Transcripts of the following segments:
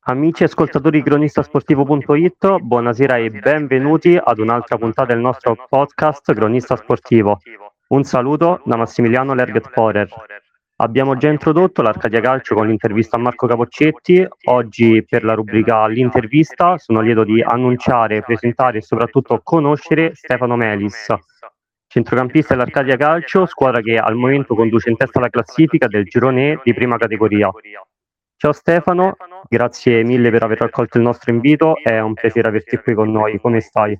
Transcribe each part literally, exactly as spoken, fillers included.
Amici e ascoltatori di cronistasportivo punto it, buonasera e benvenuti ad un'altra puntata del nostro podcast Cronista Sportivo. Un saluto da Massimiliano Lerget Forer. Abbiamo già introdotto l'Arcadia Calcio con l'intervista a Marco Capoccetti. Oggi per la rubrica L'intervista sono lieto di annunciare, presentare e soprattutto conoscere Stefano Melis, centrocampista dell'Arcadia Calcio, squadra che al momento conduce in testa alla classifica del girone E di prima categoria. Ciao Stefano, grazie mille per aver raccolto il nostro invito, è un piacere averti qui con noi, come stai?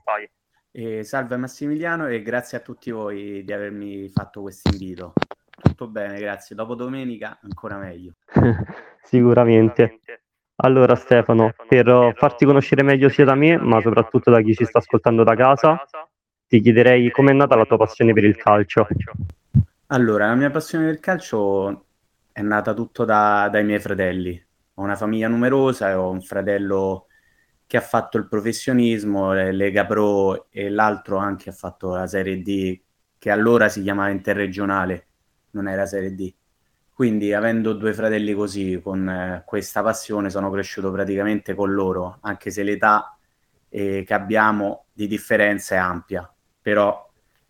E salve Massimiliano e grazie a tutti voi di avermi fatto questo invito. Tutto bene, grazie. Dopo domenica ancora meglio. Sicuramente. Allora Stefano, per farti conoscere meglio sia da me, ma soprattutto da chi ci sta ascoltando da casa, ti chiederei com'è nata la tua passione per il calcio. Allora, la mia passione per il calcio è nata tutto da, dai miei fratelli. Ho una famiglia numerosa e ho un fratello che ha fatto il professionismo, le Lega Pro, e l'altro anche ha fatto la Serie D, che allora si chiamava Interregionale, non era Serie D. Quindi, avendo due fratelli così, con eh, questa passione, sono cresciuto praticamente con loro, anche se l'età eh, che abbiamo di differenza è ampia, però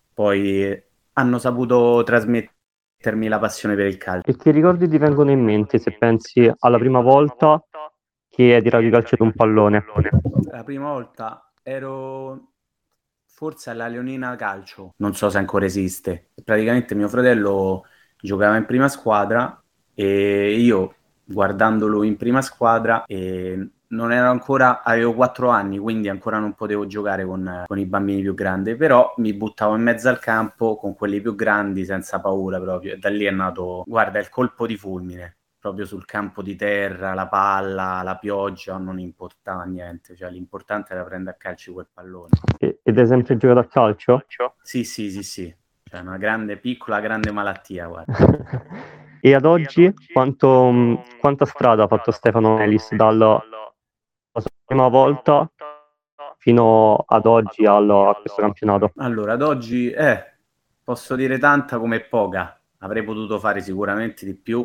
poi hanno saputo trasmettermi la passione per il calcio. E che ricordi ti vengono in mente se pensi alla prima volta che hai tirato i calci ad un pallone? La prima volta ero forse alla Leonina Calcio, non so se ancora esiste. Praticamente mio fratello giocava in prima squadra e io, guardandolo in prima squadra, eh, non ero ancora, avevo quattro anni, quindi ancora non potevo giocare con, con i bambini più grandi, però mi buttavo in mezzo al campo con quelli più grandi senza paura proprio, e da lì è nato, guarda, il colpo di fulmine. Proprio sul campo di terra, la palla, la pioggia, non importava niente, cioè l'importante era prendere a calci quel pallone. E- Ed hai sempre giocato a calcio? Sì, sì, sì, sì, cioè una grande, piccola, grande malattia, guarda. E ad oggi quanto, mh, quanta strada ha fatto Stefano Melis dalla sua prima volta fino ad oggi al- a questo campionato? Allora, ad oggi, eh, posso dire tanta come poca. Avrei potuto fare sicuramente di più,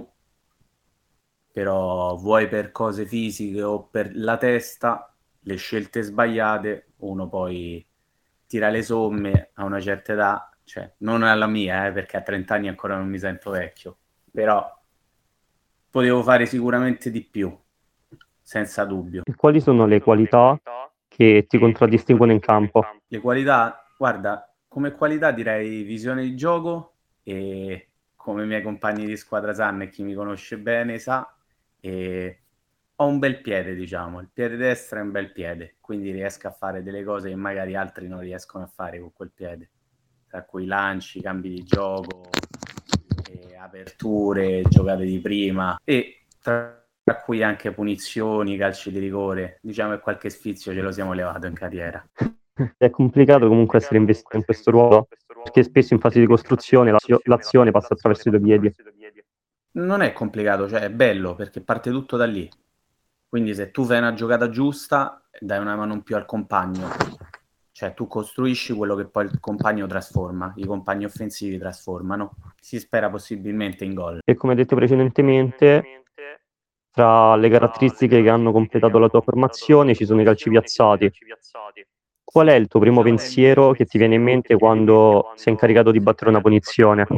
però vuoi per cose fisiche o per la testa, le scelte sbagliate, uno poi tira le somme a una certa età, cioè non alla mia, eh, perché a trenta anni ancora non mi sento vecchio, però potevo fare sicuramente di più, senza dubbio. E quali sono le qualità che ti contraddistinguono in campo? Le qualità, guarda, come qualità direi visione di gioco e come i miei compagni di squadra sanno e chi mi conosce bene sa, e ho un bel piede, diciamo, il piede destro è un bel piede, quindi riesco a fare delle cose che magari altri non riescono a fare con quel piede, tra cui lanci, cambi di gioco, e aperture, giocate di prima e tra tra cui anche punizioni, calci di rigore. Diciamo che qualche sfizio ce lo siamo levato in carriera. È complicato comunque essere investito in questo ruolo, perché spesso in fase di costruzione l'azio- l'azione passa attraverso i tuoi piedi. Non è complicato, cioè è bello perché parte tutto da lì. Quindi se tu fai una giocata giusta, dai una mano in più al compagno. Cioè tu costruisci quello che poi il compagno trasforma, i compagni offensivi trasformano. Si spera possibilmente in gol. E come detto precedentemente, tra le caratteristiche che hanno completato la tua formazione ci sono i calci piazzati. Qual è Sì, il tuo primo diciamo pensiero che ti viene in mente quando sei incaricato di battere una punizione?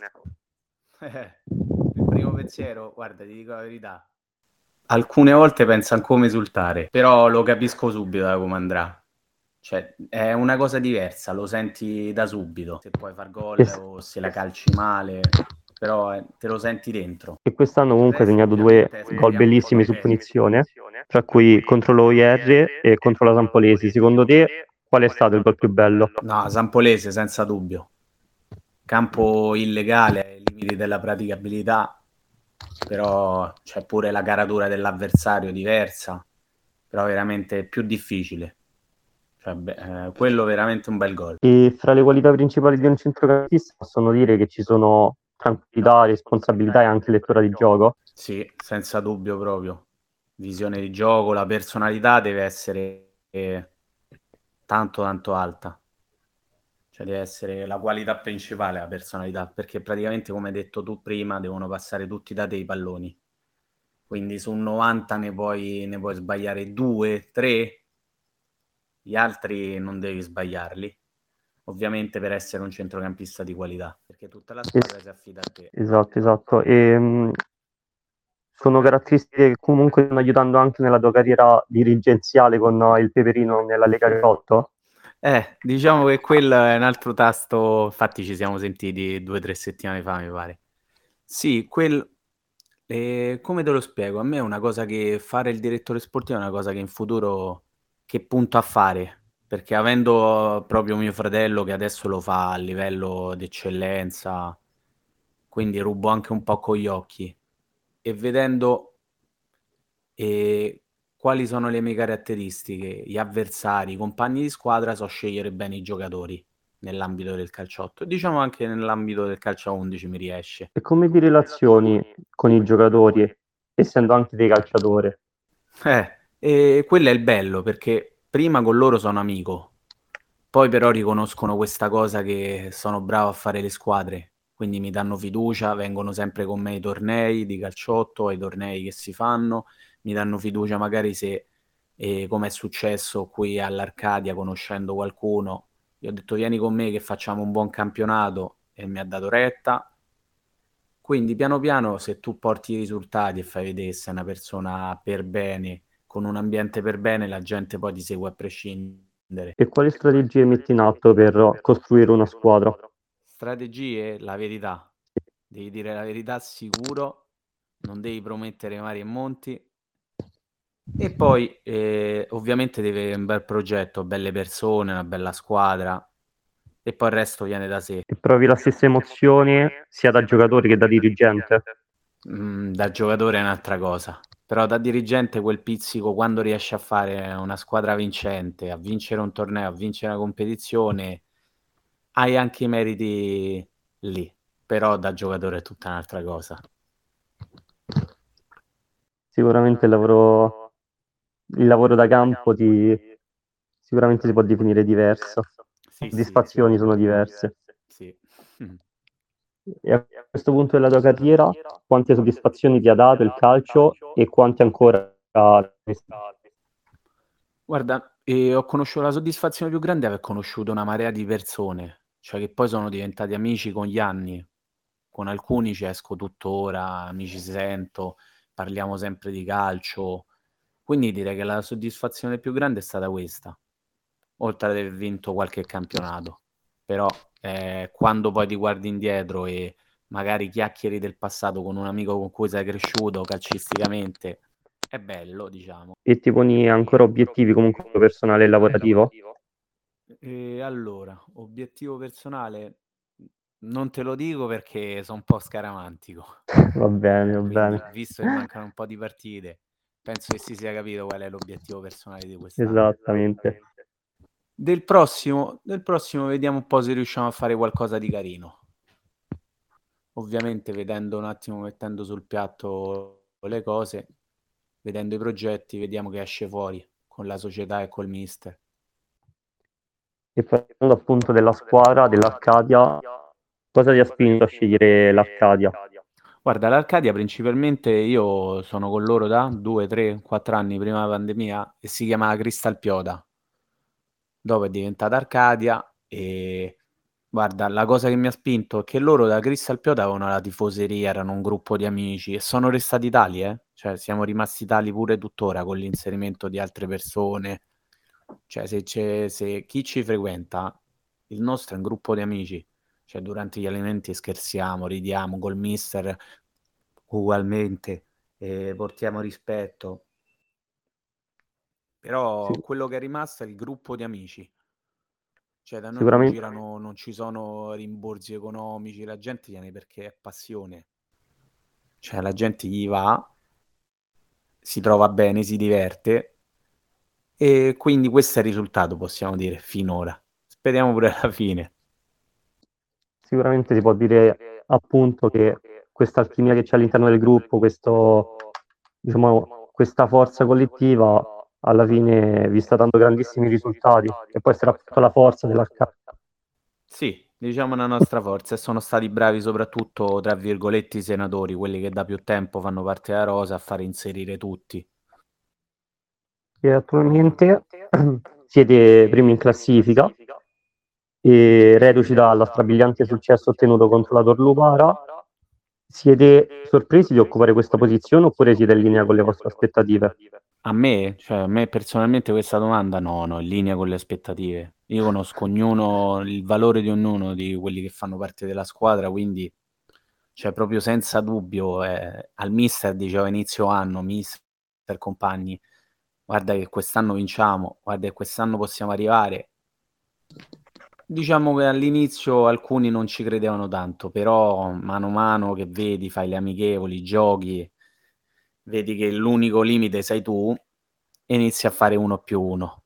Eh, il primo pensiero, guarda, ti dico la verità. Alcune volte penso a come esultare, però lo capisco subito da come andrà. Cioè, è una cosa diversa, lo senti da subito. Se puoi far E, gol o se la calci male, però eh, te lo senti dentro. e quest'anno Il comunque hai resto segnato due ovviamente gol speriamo un po' bellissimi di su tempo. punizione, tra cui contro lo I R e contro la Sampolesi. Secondo te qual è stato il gol più bello? No, Sampolese senza dubbio. Campo illegale, ai limiti della praticabilità, però c'è pure la caratura dell'avversario diversa, però veramente più difficile. Cioè, beh, eh, quello veramente un bel gol. E fra le qualità principali di un centrocampista possono dire che ci sono tranquillità, responsabilità e anche lettura di gioco. Sì, senza dubbio proprio. Visione di gioco, la personalità deve essere eh, tanto tanto alta. Cioè deve essere la qualità principale, la personalità, perché praticamente come hai detto tu prima devono passare tutti da te i palloni. quindi su novanta ne puoi, ne puoi sbagliare due, tre, gli altri non devi sbagliarli, ovviamente per essere un centrocampista di qualità, perché tutta la squadra Es- si affida a te. esatto, esatto. E, mh, sono caratteristiche che comunque stanno aiutando anche nella tua carriera dirigenziale con uh, il Peperino nella Lega otto. Eh, diciamo che quello è un altro tasto, infatti ci siamo sentiti due o tre settimane fa, mi pare. Sì, quel... eh, come te lo spiego? A me è una cosa che fare il direttore sportivo è una cosa che in futuro che punto a fare, perché avendo proprio mio fratello che adesso lo fa a livello di eccellenza, quindi rubo anche un po' con gli occhi e vedendo eh, quali sono le mie caratteristiche, gli avversari, i compagni di squadra, so scegliere bene i giocatori nell'ambito del calciotto. Diciamo anche nell'ambito del calcio a undici mi riesce. E come ti relazioni con i giocatori, essendo anche dei calciatori? Eh, e quello è il bello perché prima con loro sono amico, poi però riconoscono questa cosa che sono bravo a fare le squadre, quindi mi danno fiducia, vengono sempre con me ai tornei di calciotto, ai tornei che si fanno, mi danno fiducia magari se, eh, come è successo qui all'Arcadia, conoscendo qualcuno, gli ho detto vieni con me che facciamo un buon campionato e mi ha dato retta. Quindi piano piano se tu porti i risultati e fai vedere che sei una persona per bene, con un ambiente per bene, la gente poi ti segue a prescindere. E quali strategie metti in atto per costruire una squadra? Strategie, la verità. Devi dire la verità sicuro, non devi promettere mari e monti. E poi eh, ovviamente deve avere un bel progetto, belle persone, una bella squadra e poi il resto viene da sé. E provi la stessa emozione sia da giocatore che da dirigente? Mm, da giocatore è un'altra cosa, però da dirigente quel pizzico quando riesci a fare una squadra vincente, a vincere un torneo, a vincere una competizione, hai anche i meriti lì, però da giocatore è tutta un'altra cosa. Sicuramente il lavoro, il lavoro da campo ti, sicuramente si può definire diverso. Sì, sì, Soddisfazioni sono diverse. sì. E a questo punto della tua carriera, quante soddisfazioni ti ha dato il calcio e quante ancora? Guarda, eh, ho conosciuto la soddisfazione più grande è aver conosciuto una marea di persone, cioè che poi sono diventati amici con gli anni. Con alcuni ci esco tuttora, mi ci sento, parliamo sempre di calcio. Quindi direi che la soddisfazione più grande è stata questa, oltre ad aver vinto qualche campionato. Però eh, quando poi ti guardi indietro e magari chiacchieri del passato con un amico con cui sei cresciuto calcisticamente, è bello, diciamo. E ti poni ancora obiettivi comunque personale e lavorativo? E allora, obiettivo personale, non te lo dico perché sono un po' scaramantico. Va bene, va Quindi, bene. visto che mancano un po' di partite, penso che si sia capito qual è l'obiettivo personale di quest'anno. Esattamente. Del prossimo, del prossimo vediamo un po' se riusciamo a fare qualcosa di carino. Ovviamente vedendo un attimo, mettendo sul piatto le cose, vedendo i progetti, vediamo che esce fuori con la società e col mister. E parlando appunto della squadra, dell'Arcadia, cosa ti ha spinto a scegliere l'Arcadia? Guarda, l'Arcadia principalmente io sono con loro da due, tre, quattro anni prima della pandemia e si chiamava Crystal Pioda. Dopo è diventata Arcadia e guarda, la cosa che mi ha spinto è che loro da Crystal Pioda avevano la tifoseria, erano un gruppo di amici e sono restati tali, eh? Cioè siamo rimasti tali pure tuttora con l'inserimento di altre persone. Cioè se, c'è, se chi ci frequenta, il nostro è un gruppo di amici, cioè durante gli allenamenti scherziamo, ridiamo col mister ugualmente, eh, portiamo rispetto. Sì, Però quello che è rimasto è il gruppo di amici. Cioè, da noi non sicuramente, girano, non ci sono rimborsi economici, la gente viene perché è passione. Cioè, la gente gli va, si trova bene, si diverte e quindi questo è il risultato, possiamo dire, finora. Speriamo pure alla fine. sicuramente si può dire appunto che questa alchimia che c'è all'interno del gruppo, questo, diciamo, questa forza collettiva, alla fine vi sta dando grandissimi risultati e può essere appunto la forza dell'Arcadia. Sì, diciamo la nostra forza, e sono stati bravi soprattutto, tra virgolette, i senatori, quelli che da più tempo fanno parte della rosa, a far inserire tutti. E attualmente siete primi in classifica e reduci dalla strabiliante successo ottenuto contro la Torlupara. Siete sorpresi di occupare questa posizione oppure siete in linea con le vostre aspettative? A me, cioè a me personalmente questa domanda no, no, in linea con le aspettative. Io conosco ognuno, il valore di ognuno di quelli che fanno parte della squadra, quindi cioè proprio senza dubbio eh, al mister diceva inizio anno, mister, compagni, guarda che quest'anno vinciamo, guarda che quest'anno possiamo arrivare. Diciamo che all'inizio alcuni non ci credevano tanto, però mano a mano che vedi, fai le amichevoli, giochi, vedi che l'unico limite sei tu e inizi a fare uno più uno.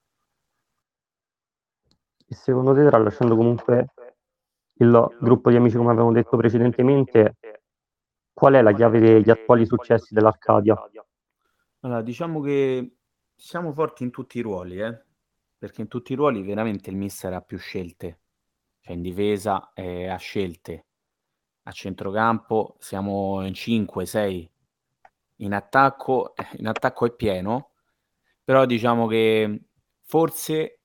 E secondo te, tralasciando comunque il gruppo di amici come avevamo detto precedentemente, qual è la chiave degli attuali successi dell'Arcadia? Allora, diciamo che siamo forti in tutti i ruoli, eh? Perché in tutti i ruoli veramente il mister ha più scelte. Cioè in difesa eh, ha scelte, a centrocampo siamo in cinque sei, in attacco, eh, in attacco è pieno, però diciamo che forse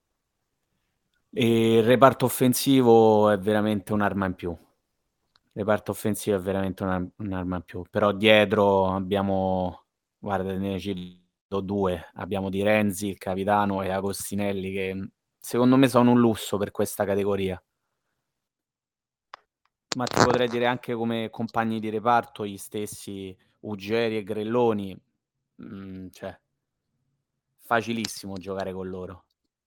eh, il reparto offensivo è veramente un'arma in più. Il reparto offensivo è veramente una- un'arma in più, però dietro abbiamo, guarda, ne cito due, abbiamo Di Renzi, il capitano, e Agostinelli, che secondo me sono un lusso per questa categoria. Ma ti potrei dire anche come compagni di reparto gli stessi Ugeri e Grelloni, mm, cioè facilissimo giocare con loro,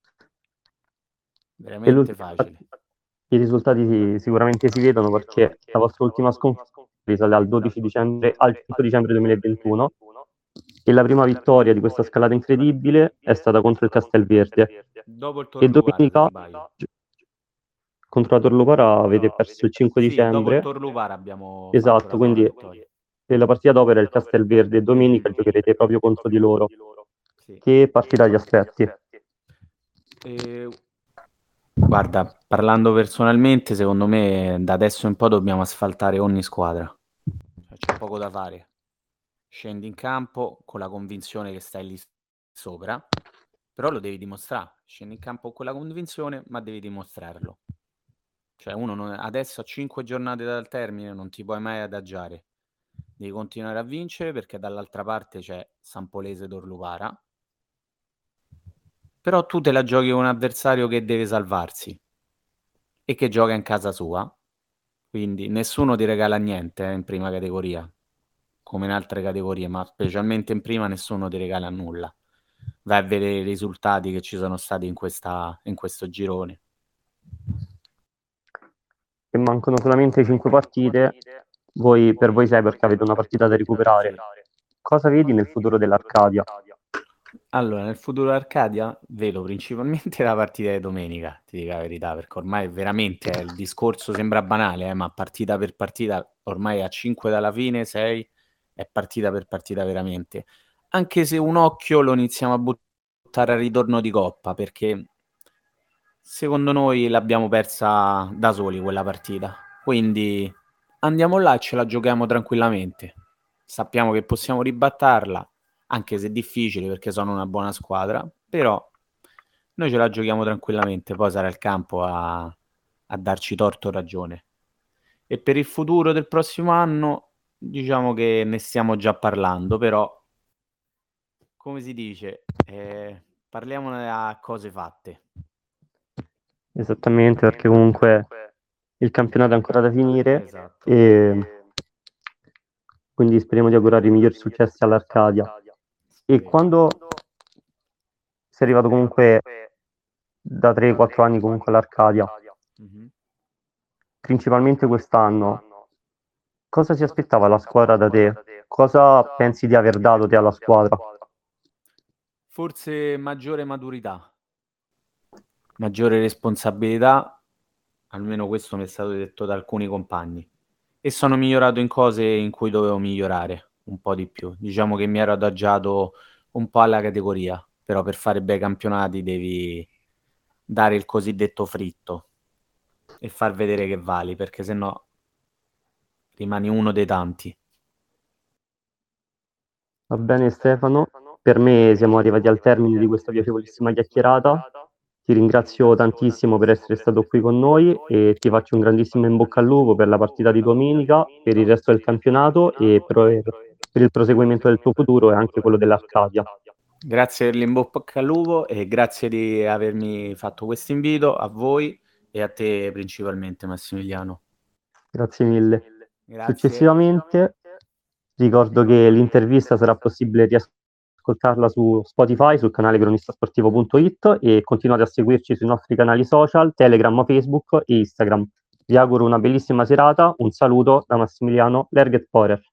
E veramente l'ultima- facile. I risultati si- sicuramente si vedono perché la vostra ultima sconfitta risale al dodici dicembre, al cinque dicembre duemilaventuno e la prima vittoria di questa scalata incredibile è stata contro il Castelverde. Dopo il E Torlupara, se non domenica sbaglio. contro la Torlopara avete perso il cinque Sì, dopo il dicembre. Torlupara abbiamo fatto Esatto, la prima quindi vittoria. e la partita dopo era il Castelverde e domenica giocherete proprio contro di loro. Sì. Che partita ti aspetti? E, guarda, parlando personalmente, secondo me da adesso in poi dobbiamo asfaltare ogni squadra. Cioè, c'è poco da fare. Scendi in campo con la convinzione che stai lì sopra, però lo devi dimostrare. Scendi in campo con quella convinzione, ma devi dimostrarlo. Cioè, uno non- adesso a cinque giornate dal termine non ti puoi mai adagiare. Devi continuare a vincere perché dall'altra parte c'è Sampolese d'Orlupara. Però tu te la giochi con un avversario che deve salvarsi e che gioca in casa sua. Quindi nessuno ti regala niente eh, in prima categoria, come in altre categorie, ma specialmente in prima nessuno ti regala nulla. Vai a vedere i risultati che ci sono stati in, questa, in questo girone. Che mancano solamente cinque partite, voi, per voi sei perché avete una partita da recuperare. Sì. Cosa vedi nel futuro dell'Arcadia? Allora, nel futuro Arcadia vedo principalmente la partita di domenica, ti dico la verità, perché ormai veramente eh, il discorso sembra banale, eh, ma partita per partita, ormai a cinque dalla fine, sei, è partita per partita veramente. Anche se un occhio lo iniziamo a buttare al ritorno di Coppa, perché secondo noi l'abbiamo persa da soli quella partita. Quindi andiamo là e ce la giochiamo tranquillamente. Sappiamo che possiamo ribattarla, anche se è difficile perché sono una buona squadra, però noi ce la giochiamo tranquillamente, poi sarà il campo a, a darci torto o ragione. E per il futuro del prossimo anno, diciamo che ne stiamo già parlando, però, come si dice, eh, parliamone a cose fatte. Esattamente, perché comunque il campionato è ancora da finire Esatto. e quindi speriamo di augurare i migliori successi all'Arcadia. E Speriamo. quando sei arrivato comunque da tre quattro anni comunque all'Arcadia, Mhm. principalmente quest'anno, cosa si aspettava la squadra da te? Cosa pensi di aver dato te alla squadra? Forse maggiore maturità, maggiore responsabilità, almeno questo mi è stato detto da alcuni compagni. E sono migliorato in cose in cui dovevo migliorare un po' di più. Diciamo che mi ero adagiato un po' alla categoria, però per fare bei campionati devi dare il cosiddetto fritto e far vedere che vali, perché sennò rimani uno dei tanti. Va bene Stefano, per me siamo arrivati al termine di questa piacevolissima chiacchierata. Ti ringrazio tantissimo per essere stato qui con noi e ti faccio un grandissimo in bocca al lupo per la partita di domenica, per il resto del campionato e per, per il proseguimento del tuo futuro e anche quello dell'Arcadia. Grazie per l'in bocca al lupo e grazie di avermi fatto questo invito, a voi e a te principalmente, Massimiliano. Grazie mille. Grazie. Successivamente ricordo che l'intervista sarà possibile riascoltarla su Spotify, sul canale cronistasportivo punto it e continuate a seguirci sui nostri canali social, Telegram, Facebook e Instagram. Vi auguro una bellissima serata, un saluto da Massimiliano Lerget Porer.